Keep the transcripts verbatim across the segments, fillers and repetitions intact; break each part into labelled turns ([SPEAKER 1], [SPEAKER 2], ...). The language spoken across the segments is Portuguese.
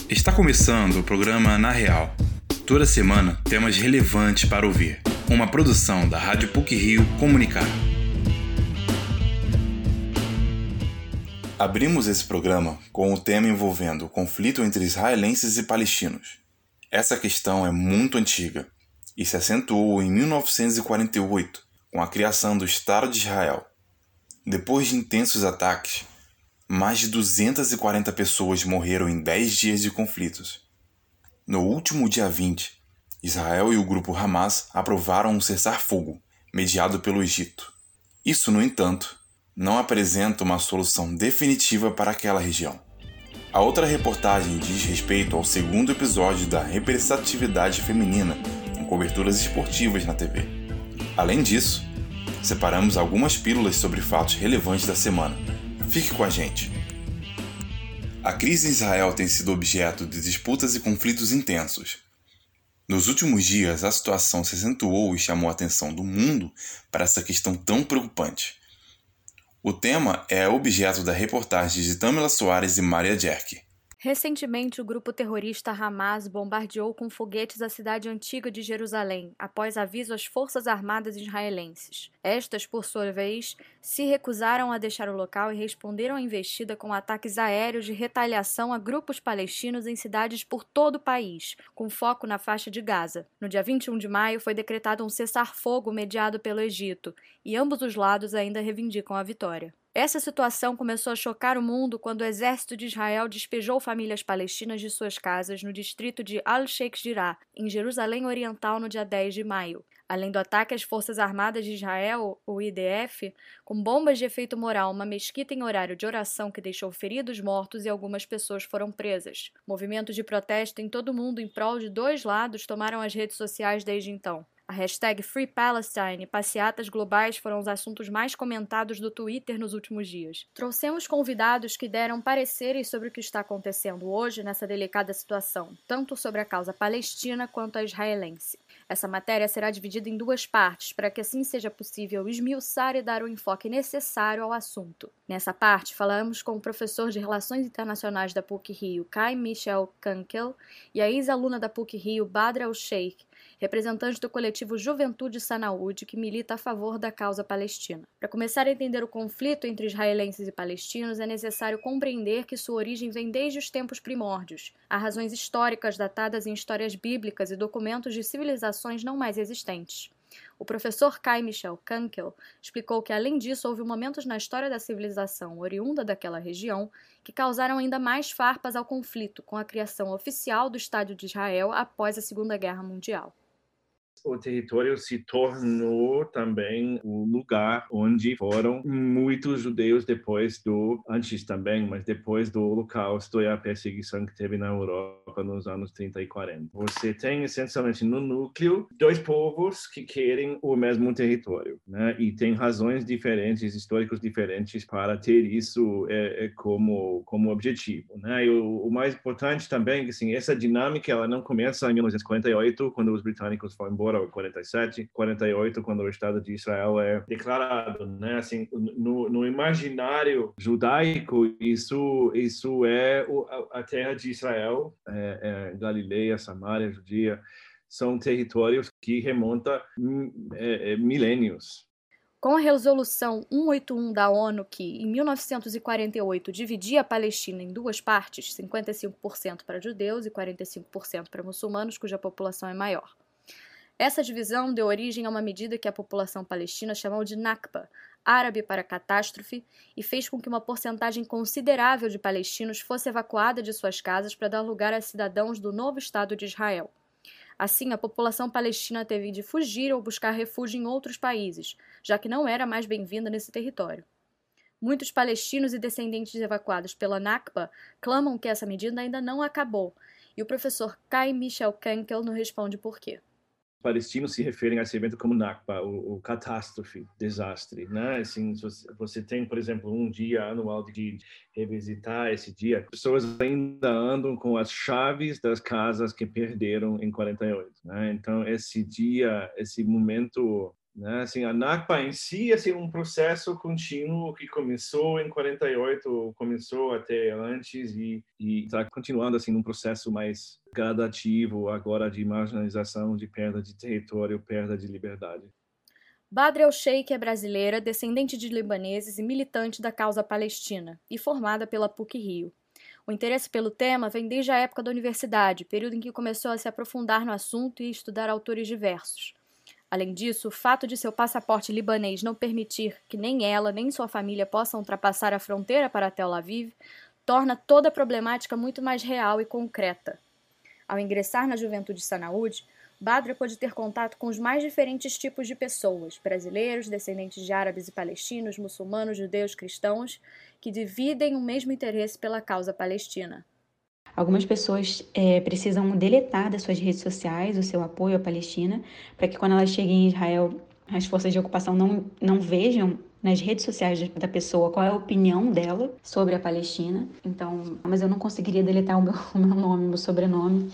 [SPEAKER 1] Está começando o programa Na Real. Toda semana, temas relevantes para ouvir. Uma produção da Rádio PUC-Rio Comunicar. Abrimos esse programa com o tema envolvendo o conflito entre israelenses e palestinos. Essa questão é muito antiga e se acentuou em mil novecentos e quarenta e oito, com a criação do Estado de Israel. Depois de intensos ataques, mais de duzentas e quarenta pessoas morreram em dez dias de conflitos. No último dia vinte, Israel e o grupo Hamas aprovaram um cessar-fogo, mediado pelo Egito. Isso, no entanto, não apresenta uma solução definitiva para aquela região. A outra reportagem diz respeito ao segundo episódio da representatividade feminina em coberturas esportivas na T V. Além disso, separamos algumas pílulas sobre fatos relevantes da semana. Fique com a gente. A crise em Israel tem sido objeto de disputas e conflitos intensos. Nos últimos dias, a situação se acentuou e chamou a atenção do mundo para essa questão tão preocupante. O tema é objeto da reportagem de Tamila Soares e Maria Jerk.
[SPEAKER 2] Recentemente, o grupo terrorista Hamas bombardeou com foguetes a cidade antiga de Jerusalém, após aviso às forças armadas israelenses. Estas, por sua vez, se recusaram a deixar o local e responderam à investida com ataques aéreos de retaliação a grupos palestinos em cidades por todo o país, com foco na faixa de Gaza. No dia vinte e um de maio, foi decretado um cessar-fogo mediado pelo Egito, e ambos os lados ainda reivindicam a vitória. Essa situação começou a chocar o mundo quando o exército de Israel despejou famílias palestinas de suas casas no distrito de Al-Sheikh Jarrah, em Jerusalém Oriental, no dia dez de maio. Além do ataque às Forças Armadas de Israel, o I D F, com bombas de efeito moral, uma mesquita em horário de oração que deixou feridos, mortos e algumas pessoas foram presas. Movimentos de protesto em todo o mundo em prol de dois lados tomaram as redes sociais desde então. A hashtag Free Palestine e passeatas globais foram os assuntos mais comentados do Twitter nos últimos dias. Trouxemos convidados que deram pareceres sobre o que está acontecendo hoje nessa delicada situação, tanto sobre a causa palestina quanto a israelense. Essa matéria será dividida em duas partes, para que assim seja possível esmiuçar e dar o enfoque necessário ao assunto. Nessa parte, falamos com o professor de Relações Internacionais da PUC-Rio, Kai Michel Kunkel, e a ex-aluna da PUC-Rio, Badra El-Sheikh, representante do coletivo Juventude Sanaúde, que milita a favor da causa palestina. Para começar a entender o conflito entre israelenses e palestinos, é necessário compreender que sua origem vem desde os tempos primórdios. Há razões históricas datadas em histórias bíblicas e documentos de civilizações não mais existentes. O professor Kai Michel Kunkel explicou que, além disso, houve momentos na história da civilização oriunda daquela região que causaram ainda mais farpas ao conflito, com a criação oficial do Estado de Israel após a Segunda Guerra Mundial.
[SPEAKER 3] O território se tornou também o lugar onde foram muitos judeus depois do, antes também, mas depois do Holocausto e a perseguição que teve na Europa nos anos trinta e quarenta. Você tem, essencialmente, no núcleo, dois povos que querem o mesmo território, né? E tem razões diferentes, históricos diferentes para ter isso é, é, como, como objetivo, né? E o, o mais importante também é que, assim, essa dinâmica ela não começa em mil novecentos e quarenta e oito, quando os britânicos foram embora, quarenta e sete, quarenta e oito, quando o Estado de Israel é declarado, né? Assim, no, no imaginário judaico, isso, isso é o, a, a terra de Israel, é, é, Galileia, Samaria, Judia, são territórios que remontam é, é, milênios.
[SPEAKER 2] Com a resolução cento e oitenta e um da ONU, que, em mil novecentos e quarenta e oito, dividia a Palestina em duas partes, cinquenta e cinco por cento para judeus e quarenta e cinco por cento para muçulmanos, cuja população é maior. Essa divisão deu origem a uma medida que a população palestina chamou de Nakba, árabe para catástrofe, e fez com que uma porcentagem considerável de palestinos fosse evacuada de suas casas para dar lugar a cidadãos do novo Estado de Israel. Assim, a população palestina teve de fugir ou buscar refúgio em outros países, já que não era mais bem-vinda nesse território. Muitos palestinos e descendentes evacuados pela Nakba clamam que essa medida ainda não acabou, e o professor Kai Michel Kunkel nos responde por quê.
[SPEAKER 3] Palestinos se referem a esse evento como Nakba, o, o catástrofe, desastre, né? Assim, você tem, por exemplo, um dia anual de revisitar esse dia. Pessoas ainda andam com as chaves das casas que perderam em quarenta e oito, né? Então, esse dia, esse momento Né? Assim, a Nakba em si é assim, um processo contínuo que começou em quarenta e oito, começou até antes e está continuando assim num processo mais gradativo agora de marginalização, de perda de território, perda de liberdade.
[SPEAKER 2] Badr el-Sheikh é brasileira, descendente de libaneses e militante da causa palestina, e formada pela P U C-Rio. O interesse pelo tema vem desde a época da universidade, período em que começou a se aprofundar no assunto e estudar autores diversos. Além disso, o fato de seu passaporte libanês não permitir que nem ela nem sua família possam ultrapassar a fronteira para Tel Aviv torna toda a problemática muito mais real e concreta. Ao ingressar na Juventude Sanaúde, Badr pôde ter contato com os mais diferentes tipos de pessoas, brasileiros, descendentes de árabes e palestinos, muçulmanos, judeus, cristãos, que dividem o mesmo interesse pela causa palestina.
[SPEAKER 4] Algumas pessoas é, precisam deletar das suas redes sociais o seu apoio à Palestina, para que quando elas cheguem em Israel, as forças de ocupação não, não vejam nas redes sociais da pessoa qual é a opinião dela sobre a Palestina. Então, mas eu não conseguiria deletar o meu, o meu nome, o meu sobrenome.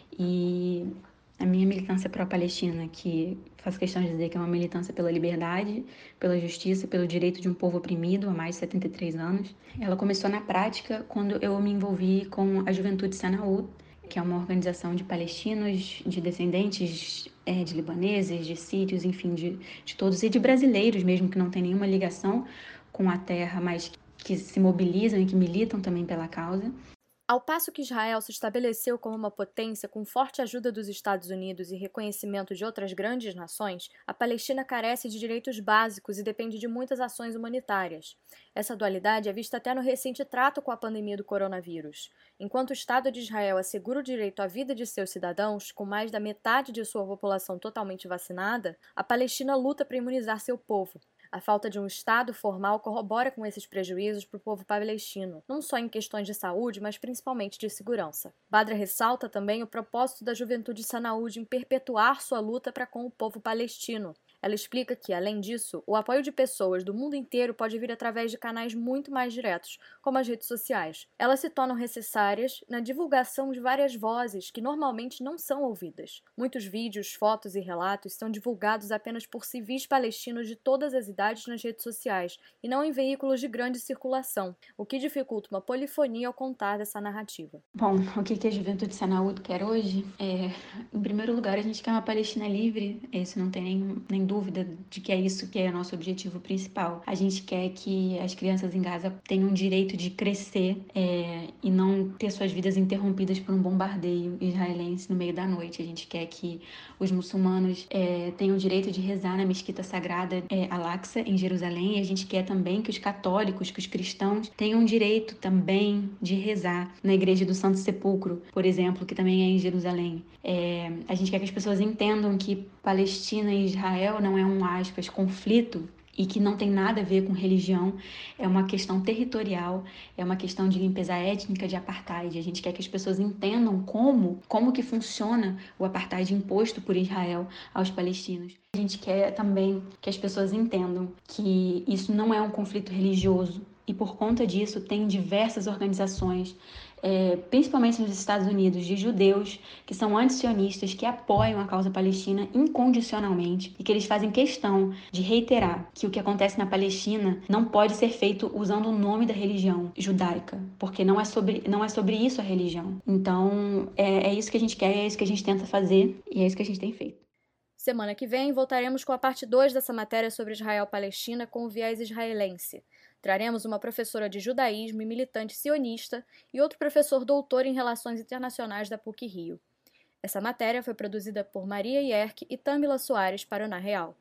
[SPEAKER 4] E a minha militância pró-Palestina, que faço questão de dizer que é uma militância pela liberdade, pela justiça, pelo direito de um povo oprimido há mais de setenta e três anos, ela começou na prática quando eu me envolvi com a Juventude Sanaúd, que é uma organização de palestinos, de descendentes é, de libaneses, de sírios, enfim, de, de todos, e de brasileiros mesmo, que não tem nenhuma ligação com a terra, mas que se mobilizam e que militam também pela causa.
[SPEAKER 2] Ao passo que Israel se estabeleceu como uma potência com forte ajuda dos Estados Unidos e reconhecimento de outras grandes nações, a Palestina carece de direitos básicos e depende de muitas ações humanitárias. Essa dualidade é vista até no recente trato com a pandemia do coronavírus. Enquanto o Estado de Israel assegura o direito à vida de seus cidadãos, com mais da metade de sua população totalmente vacinada, a Palestina luta para imunizar seu povo. A falta de um Estado formal corrobora com esses prejuízos para o povo palestino, não só em questões de saúde, mas principalmente de segurança. Badr ressalta também o propósito da Juventude Sanaúd em perpetuar sua luta para com o povo palestino. Ela explica que, além disso, o apoio de pessoas do mundo inteiro pode vir através de canais muito mais diretos, como as redes sociais. Elas se tornam necessárias na divulgação de várias vozes que normalmente não são ouvidas. Muitos vídeos, fotos e relatos são divulgados apenas por civis palestinos de todas as idades nas redes sociais e não em veículos de grande circulação, o que dificulta uma polifonia ao contar dessa narrativa.
[SPEAKER 4] Bom, o que a Juventude Sanaúd quer hoje é, em primeiro lugar, a gente quer uma Palestina livre, isso não tem nem, nem dúvida de que é isso que é o nosso objetivo principal. A gente quer que as crianças em Gaza tenham o direito de crescer é, e não ter suas vidas interrompidas por um bombardeio israelense no meio da noite. A gente quer que os muçulmanos é, tenham o direito de rezar na mesquita sagrada é, Al-Aqsa, em Jerusalém, e a gente quer também que os católicos, que os cristãos tenham o direito também de rezar na igreja do Santo Sepulcro, por exemplo, que também é em Jerusalém. É, a gente quer que as pessoas entendam que Palestina e Israel não é um, aspas, conflito e que não tem nada a ver com religião, é uma questão territorial, é uma questão de limpeza étnica, de apartheid. A gente quer que as pessoas entendam como, como que funciona o apartheid imposto por Israel aos palestinos. A gente quer também que as pessoas entendam que isso não é um conflito religioso e, por conta disso, tem diversas organizações, É, principalmente nos Estados Unidos, de judeus que são antisionistas, que apoiam a causa palestina incondicionalmente e que eles fazem questão de reiterar que o que acontece na Palestina não pode ser feito usando o nome da religião judaica, porque não é sobre, não é sobre isso a religião. Então, é, é isso que a gente quer, é isso que a gente tenta fazer e é isso que a gente tem feito.
[SPEAKER 2] Semana que vem voltaremos com a parte dois dessa matéria sobre Israel-Palestina com o viés israelense. Traremos uma professora de judaísmo e militante sionista e outro professor doutor em Relações Internacionais da P U C-Rio. Essa matéria foi produzida por Maria Ierck e Tâmila Soares para o Na Real.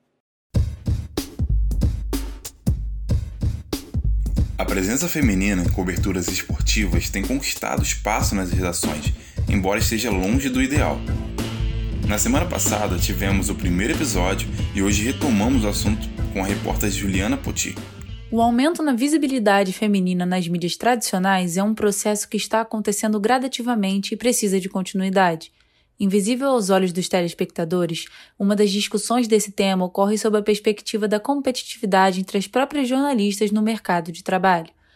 [SPEAKER 1] A presença feminina em coberturas esportivas tem conquistado espaço nas redações, embora esteja longe do ideal. Na semana passada tivemos o primeiro episódio e hoje retomamos o assunto com a repórter Juliana Poti.
[SPEAKER 5] O aumento na visibilidade feminina nas mídias tradicionais é um processo que está acontecendo gradativamente e precisa de continuidade. Invisível aos olhos dos telespectadores, uma das discussões desse tema ocorre sob a perspectiva da competitividade entre as próprias jornalistas no mercado de trabalho.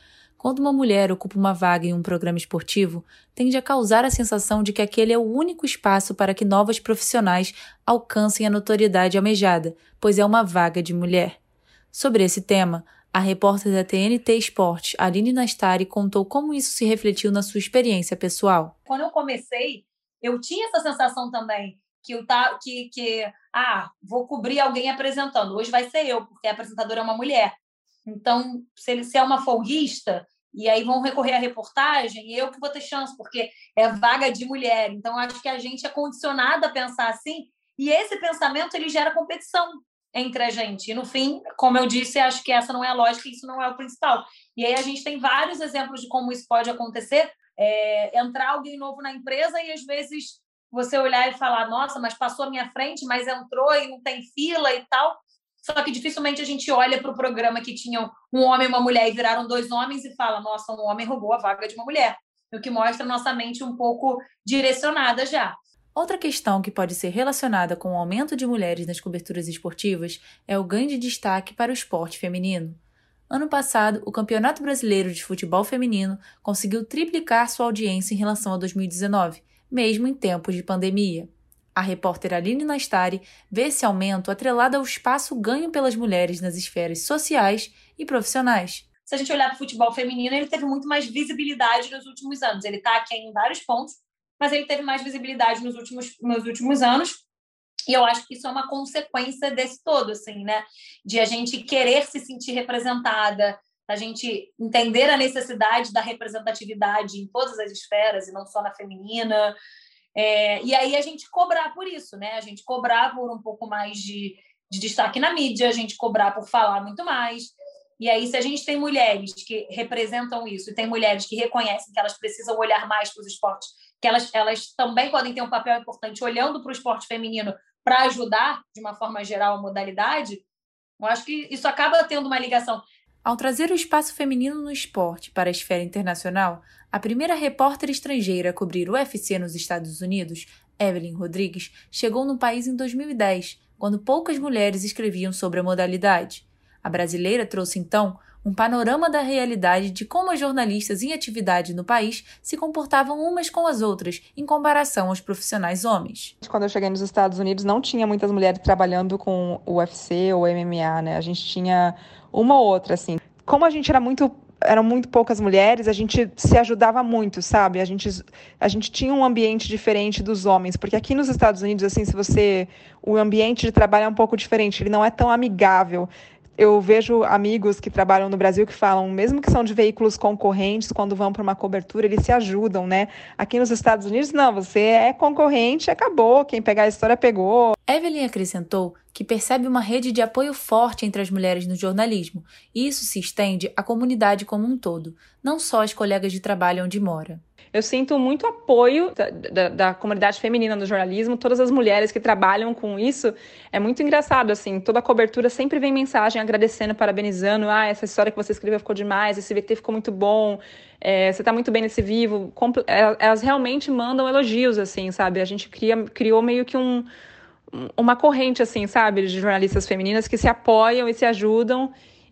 [SPEAKER 5] Quando uma mulher ocupa uma vaga em um programa esportivo, tende a causar a sensação de que aquele é o único espaço para que novas profissionais alcancem a notoriedade almejada, pois é uma vaga de mulher. Sobre esse tema, a repórter da T N T Esportes, Aline Nastari, contou como isso se refletiu na sua experiência pessoal.
[SPEAKER 6] Quando eu comecei, eu tinha essa sensação também, que eu tá, que, que ah, vou cobrir alguém apresentando. Hoje vai ser eu, porque a apresentadora é uma mulher. Então, se ele se é uma folguista, e aí vão recorrer à reportagem, eu que vou ter chance, porque é vaga de mulher. Então, acho que a gente é condicionada a pensar assim, e esse pensamento ele gera competição entre a gente. E, no fim, como eu disse, acho que essa não é a lógica, isso não é o principal. E aí a gente tem vários exemplos de como isso pode acontecer. É, entrar alguém novo na empresa e, às vezes, você olhar e falar, nossa, mas passou à minha frente, mas entrou e não tem fila e tal. Só que dificilmente a gente olha para o programa que tinham um homem e uma mulher e viraram dois homens e fala, nossa, um homem roubou a vaga de uma mulher. O que mostra nossa mente um pouco direcionada já.
[SPEAKER 5] Outra questão que pode ser relacionada com o aumento de mulheres nas coberturas esportivas é o ganho de destaque para o esporte feminino. Ano passado, o Campeonato Brasileiro de Futebol Feminino conseguiu triplicar sua audiência em relação a dois mil e dezenove, mesmo em tempos de pandemia. A repórter Aline Nastari vê esse aumento atrelado ao espaço ganho pelas mulheres nas esferas sociais e profissionais.
[SPEAKER 6] Se a gente olhar para o futebol feminino, ele teve muito mais visibilidade nos últimos anos. Ele está aqui em vários pontos, mas ele teve mais visibilidade nos últimos, nos últimos anos. E eu acho que isso é uma consequência desse todo, assim, né? De a gente querer se sentir representada, a gente entender a necessidade da representatividade em todas as esferas, e não só na feminina. É, e aí a gente cobrar por isso, né? A gente cobrar por um pouco mais de, de destaque na mídia, a gente cobrar por falar muito mais. E aí, se a gente tem mulheres que representam isso e tem mulheres que reconhecem que elas precisam olhar mais para os esportes, que elas, elas também podem ter um papel importante olhando para o esporte feminino para ajudar, de uma forma geral, a modalidade, eu acho que isso acaba tendo uma ligação.
[SPEAKER 5] Ao trazer o espaço feminino no esporte para a esfera internacional, a primeira repórter estrangeira a cobrir o U F C nos Estados Unidos, Evelyn Rodrigues, chegou no país em dois mil e dez, quando poucas mulheres escreviam sobre a modalidade. A brasileira trouxe, então, um panorama da realidade de como as jornalistas em atividade no país se comportavam umas com as outras, em comparação aos profissionais homens.
[SPEAKER 7] Quando eu cheguei nos Estados Unidos, não tinha muitas mulheres trabalhando com o U F C ou M M A, né? A gente tinha uma ou outra, assim. Como a gente era muito, eram muito poucas mulheres, a gente se ajudava muito, sabe? A gente, a gente tinha um ambiente diferente dos homens, porque aqui nos Estados Unidos, assim, se você, o ambiente de trabalho é um pouco diferente, ele não é tão amigável. Eu vejo amigos que trabalham no Brasil que falam, mesmo que são de veículos concorrentes, quando vão para uma cobertura, eles se ajudam, né? Aqui nos Estados Unidos, não, você é concorrente, acabou, quem pegar a história pegou.
[SPEAKER 5] Evelyn acrescentou que percebe uma rede de apoio forte entre as mulheres no jornalismo, e isso se estende à comunidade como um todo, não só às colegas de trabalho onde mora.
[SPEAKER 7] Eu sinto muito apoio da, da, da comunidade feminina no jornalismo, todas as mulheres que trabalham com isso. É muito engraçado, assim, toda a cobertura sempre vem mensagem agradecendo, parabenizando. Ah, essa história que você escreveu ficou demais, esse V T ficou muito bom, é, você está muito bem nesse vivo. Elas realmente mandam elogios, assim, sabe? A gente cria, criou meio que um, uma corrente, assim, sabe, de jornalistas femininas que se apoiam e se ajudam.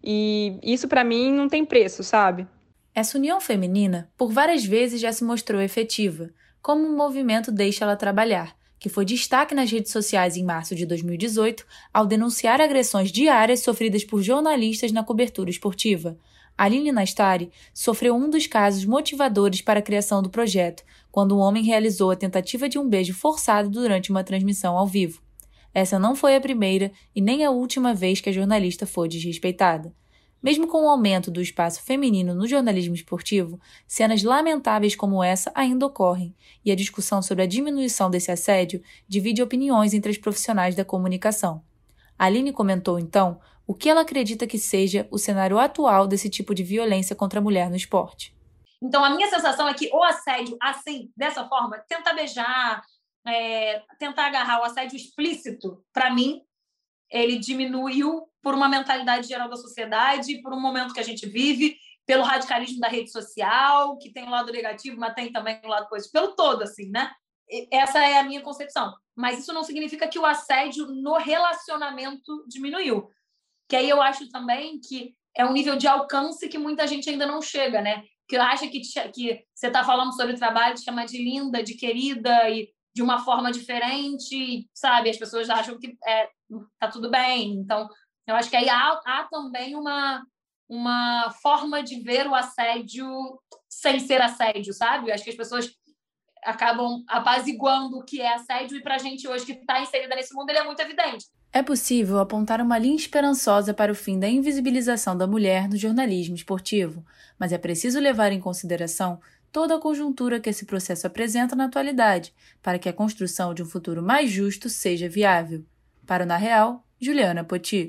[SPEAKER 7] E isso, para mim, não tem preço, sabe?
[SPEAKER 5] Essa união feminina, por várias vezes, já se mostrou efetiva, como o movimento Deixa Ela Trabalhar, que foi destaque nas redes sociais em março de dois mil e dezoito, ao denunciar agressões diárias sofridas por jornalistas na cobertura esportiva. Aline Nastari sofreu um dos casos motivadores para a criação do projeto, quando um homem realizou a tentativa de um beijo forçado durante uma transmissão ao vivo. Essa não foi a primeira e nem a última vez que a jornalista foi desrespeitada. Mesmo com o aumento do espaço feminino no jornalismo esportivo, cenas lamentáveis como essa ainda ocorrem, e a discussão sobre a diminuição desse assédio divide opiniões entre as profissionais da comunicação. Aline comentou, então, o que ela acredita que seja o cenário atual desse tipo de violência contra a mulher no esporte.
[SPEAKER 6] Então, a minha sensação é que o assédio, assim, dessa forma, tentar beijar, é, tentar agarrar, o assédio explícito, para mim, ele diminuiu por uma mentalidade geral da sociedade, por um momento que a gente vive, pelo radicalismo da rede social, que tem um lado negativo, mas tem também um lado positivo, pelo todo, assim, né? Essa é a minha concepção. Mas isso não significa que o assédio no relacionamento diminuiu. Que aí eu acho também que é um nível de alcance que muita gente ainda não chega, né? Que acha que, te, que você está falando sobre o trabalho, te chama de linda, de querida e de uma forma diferente, sabe? As pessoas acham que é, tá tudo bem. Então, eu acho que aí há, há também uma, uma forma de ver o assédio sem ser assédio, sabe? Eu acho que as pessoas acabam apaziguando o que é assédio e para a gente hoje que está inserida nesse mundo, ele é muito evidente.
[SPEAKER 5] É possível apontar uma linha esperançosa para o fim da invisibilização da mulher no jornalismo esportivo, mas é preciso levar em consideração toda a conjuntura que esse processo apresenta na atualidade, para que a construção de um futuro mais justo seja viável. Para o Na Real, Juliana Poti.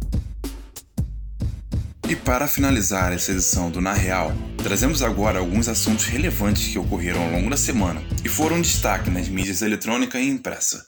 [SPEAKER 1] E para finalizar essa edição do Na Real, trazemos agora alguns assuntos relevantes que ocorreram ao longo da semana e foram destaque nas mídias eletrônica e impressa.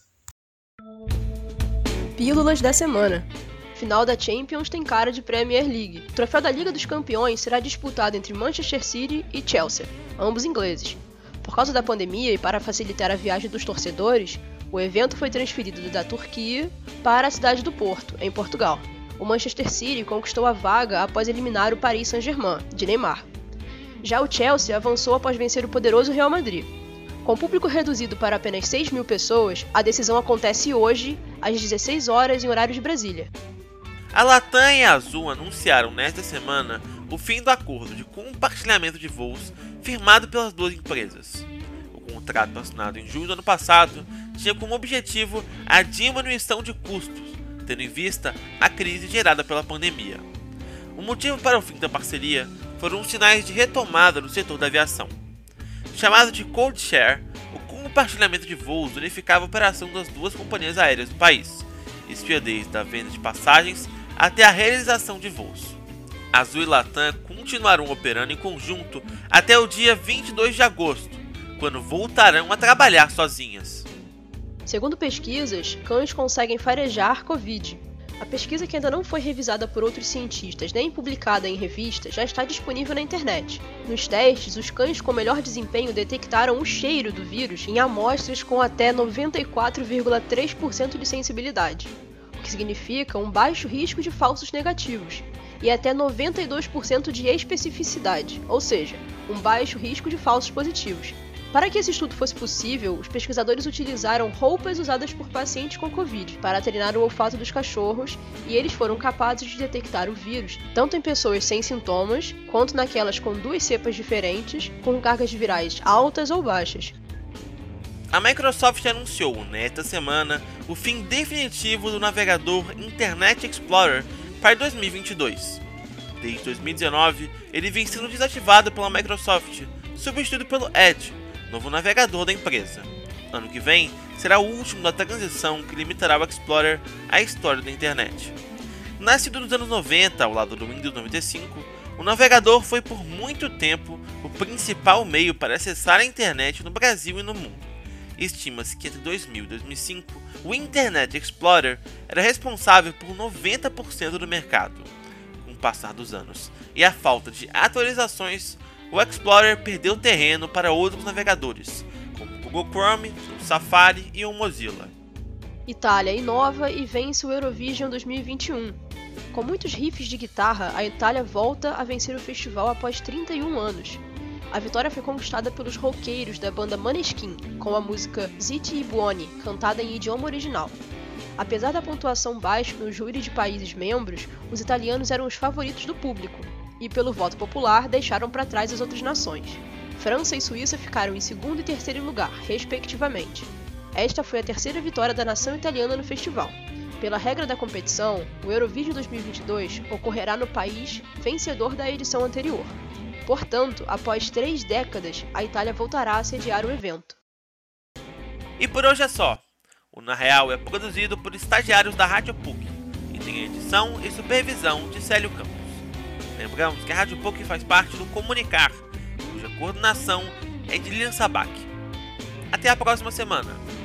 [SPEAKER 8] Pílulas da semana. Final da Champions tem cara de Premier League. O troféu da Liga dos Campeões será disputado entre Manchester City e Chelsea, ambos ingleses. Por causa da pandemia e para facilitar a viagem dos torcedores, o evento foi transferido da Turquia para a cidade do Porto, em Portugal. O Manchester City conquistou a vaga após eliminar o Paris Saint-Germain, de Neymar. Já o Chelsea avançou após vencer o poderoso Real Madrid. Com o público reduzido para apenas seis mil pessoas, a decisão acontece hoje, às dezesseis horas, em horário de Brasília.
[SPEAKER 9] A Latam e a Azul anunciaram nesta semana o fim do acordo de compartilhamento de voos firmado pelas duas empresas. O contrato assinado em julho do ano passado tinha como objetivo a diminuição de custos, tendo em vista a crise gerada pela pandemia. O motivo para o fim da parceria foram os sinais de retomada no setor da aviação. Chamado de Code Share, o compartilhamento de voos unificava a operação das duas companhias aéreas do país, isso ia desde a venda de passagens até a realização de voos. Azul e Latam continuarão operando em conjunto até o dia vinte e dois de agosto, quando voltarão a trabalhar sozinhas.
[SPEAKER 8] Segundo pesquisas, cães conseguem farejar Covid. A pesquisa, que ainda não foi revisada por outros cientistas nem publicada em revista, já está disponível na internet. Nos testes, os cães com melhor desempenho detectaram o cheiro do vírus em amostras com até noventa e quatro vírgula três por cento de sensibilidade, o que significa um baixo risco de falsos negativos, e até noventa e dois por cento de especificidade, ou seja, um baixo risco de falsos positivos. Para que esse estudo fosse possível, os pesquisadores utilizaram roupas usadas por pacientes com Covid para treinar o olfato dos cachorros, e eles foram capazes de detectar o vírus tanto em pessoas sem sintomas, quanto naquelas com duas cepas diferentes, com cargas virais altas ou baixas.
[SPEAKER 9] A Microsoft anunciou nesta semana o fim definitivo do navegador Internet Explorer para dois mil e vinte e dois. Desde dois mil e dezenove, ele vem sendo desativado pela Microsoft, substituído pelo Edge, novo navegador da empresa. Ano que vem será o último da transição que limitará o Explorer à história da internet. Nascido nos anos noventa ao lado do Windows noventa e cinco, o navegador foi por muito tempo o principal meio para acessar a internet no Brasil e no mundo. Estima-se que entre dois mil e dois mil e cinco, o Internet Explorer era responsável por noventa por cento do mercado. Com o passar dos anos e a falta de atualizações, o Explorer perdeu terreno para outros navegadores, como o Google Chrome, o Safari e o Mozilla.
[SPEAKER 8] Itália inova e vence o Eurovision dois mil e vinte e um. Com muitos riffs de guitarra, a Itália volta a vencer o festival após trinta e um anos. A vitória foi conquistada pelos roqueiros da banda Maneskin, com a música Zitti e Buoni, cantada em idioma original. Apesar da pontuação baixa no júri de países membros, os italianos eram os favoritos do público, e pelo voto popular deixaram para trás as outras nações. França e Suíça ficaram em segundo e terceiro lugar, respectivamente. Esta foi a terceira vitória da nação italiana no festival. Pela regra da competição, o Eurovision dois mil e vinte e dois ocorrerá no país vencedor da edição anterior. Portanto, após três décadas, a Itália voltará a sediar o evento.
[SPEAKER 9] E por hoje é só. O Na Real é produzido por estagiários da Rádio P U C e tem edição e supervisão de Célio Campos. Lembramos que a Rádio P U C faz parte do Comunicar, cuja coordenação é de Lilian Sabac. Até a próxima semana!